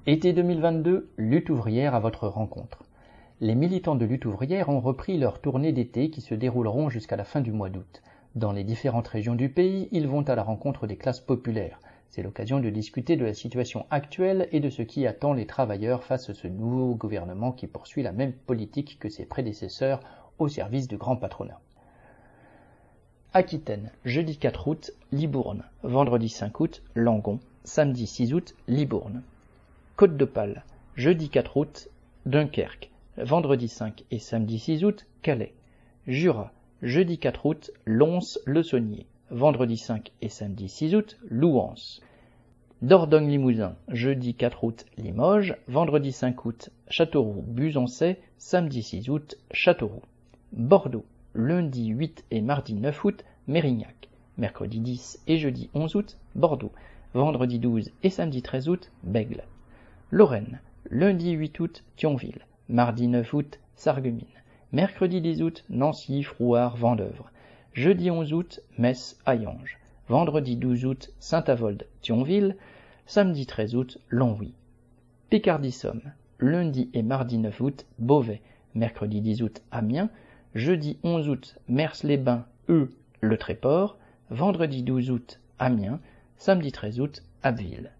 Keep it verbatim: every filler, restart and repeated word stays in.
Été deux mille vingt-deux, lutte ouvrière à votre rencontre. Les militants de lutte ouvrière ont repris leur tournée d'été qui se dérouleront jusqu'à la fin du mois d'août. Dans les différentes régions du pays, ils vont à la rencontre des classes populaires. C'est l'occasion de discuter de la situation actuelle et de ce qui attend les travailleurs face à ce nouveau gouvernement qui poursuit la même politique que ses prédécesseurs au service du grand patronat. Aquitaine, jeudi quatre août, Libourne, vendredi cinq août, Langon, samedi six août, Libourne. Côte d'Opale, jeudi quatre août, Dunkerque, vendredi cinq et samedi six août, Calais. Jura, jeudi quatre août, Lons-le-Saunier, vendredi cinq et samedi six août, Louhans. Dordogne-Limousin, jeudi quatre août, Limoges, vendredi cinq août, Châteauroux-Buzançais, samedi six août, Châteauroux. Bordeaux, lundi huit et mardi neuf août, Mérignac, mercredi dix et jeudi onze août, Bordeaux, vendredi douze et samedi treize août, Bègles. Lorraine, lundi huit août, Thionville, mardi neuf août, Sarreguemines, mercredi dix août, Nancy, Frouard, Vendeuvre, jeudi onze août, Metz, Hayange, vendredi douze août, Saint-Avold, Thionville, samedi treize août, Longwy. Picardie-Somme, lundi et mardi neuf août, Beauvais, mercredi dix août, Amiens, jeudi onze août, Mers-les-Bains, Eu, Le Tréport, vendredi douze août, Amiens, samedi treize août, Abbeville.